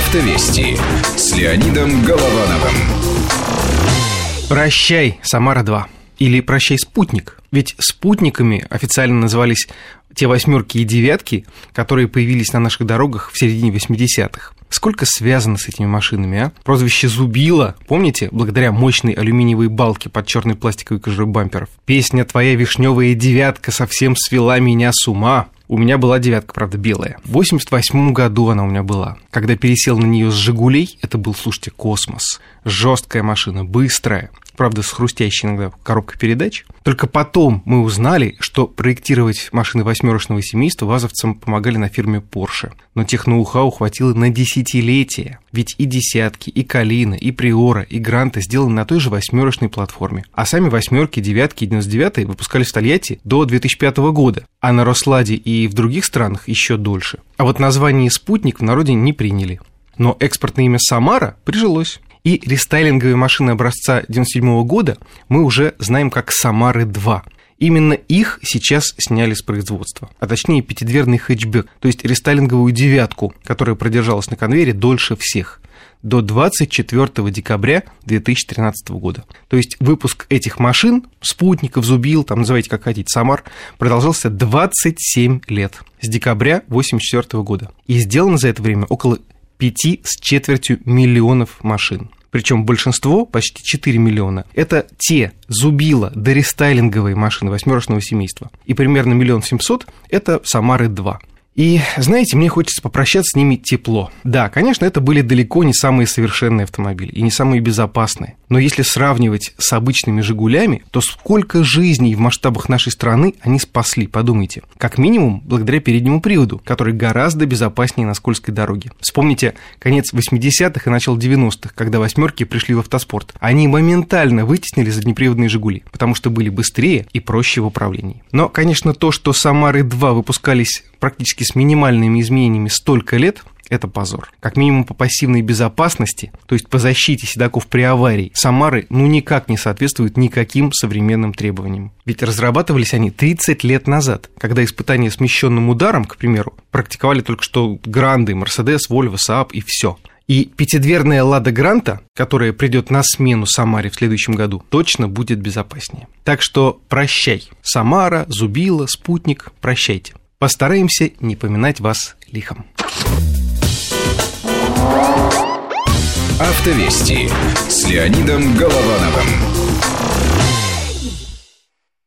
Автовести с Леонидом Головановым. Прощай, Самара-2. Или прощай, спутник. Ведь спутниками официально назывались те восьмерки и девятки, которые появились на наших дорогах в середине 80-х. Сколько связано с этими машинами, а? Прозвище «Зубило», помните, благодаря мощной алюминиевой балке под черной пластиковой кожурой бамперов. Песня «Твоя вишневая девятка совсем свела меня с ума». У меня была девятка, правда, белая. В 88 году она у меня была. Когда пересел на нее с «Жигулей», это был, слушайте, космос. Жесткая машина, быстрая. Правда, с хрустящей иногда коробкой передач. Только потом мы узнали, что проектировать машины восьмерочного семейства вазовцам помогали на фирме Porsche. Но тех ноу-хау хватило на десятилетия. Ведь и десятки, и Калина, и Приора, и Гранта сделаны на той же восьмерочной платформе. А сами восьмерки, девятки и 99-е выпускались в Тольятти до 2005 года. А на Росладе и в других странах еще дольше. А вот название «Спутник» в народе не приняли. Но экспортное имя «Самара» прижилось. И рестайлинговые машины образца 97 года мы уже знаем как «Самары-2». Именно их сейчас сняли с производства, а точнее пятидверный хэтчбэк, то есть рестайлинговую девятку, которая продержалась на конвейере дольше всех, до 24 декабря 2013 года. То есть выпуск этих машин, спутников, зубил, там называйте как хотите, Самар, продолжался 27 лет, с декабря 1984 года. И сделано за это время около 5,25 миллионов машин. Причем большинство, почти 4 миллиона, это те зубила дорестайлинговые машины восьмерочного семейства. И примерно 1 700 000 это Самары-2. И, знаете, мне хочется попрощаться с ними тепло. Да, конечно, это были далеко не самые совершенные автомобили и не самые безопасные. Но если сравнивать с обычными «Жигулями», то сколько жизней в масштабах нашей страны они спасли, подумайте. Как минимум, благодаря переднему приводу, который гораздо безопаснее на скользкой дороге. Вспомните конец 80-х и начало 90-х, когда восьмерки пришли в автоспорт. Они моментально вытеснили заднеприводные «Жигули», потому что были быстрее и проще в управлении. Но, конечно, то, что Самары-2 выпускались практически с минимальными изменениями столько лет, это позор. Как минимум по пассивной безопасности, то есть по защите седаков при аварии, Самары никак не соответствуют никаким современным требованиям. Ведь разрабатывались они 30 лет назад, когда испытания смещенным ударом, к примеру, практиковали только что Гранды, Мерседес, Вольво, Сааб и все. И пятидверная Лада Гранта, которая придет на смену Самаре в следующем году, точно будет безопаснее. Так что прощай, Самара, Зубило, Спутник, прощайте. Постараемся не поминать вас лихом. Автовести с Леонидом Головановым.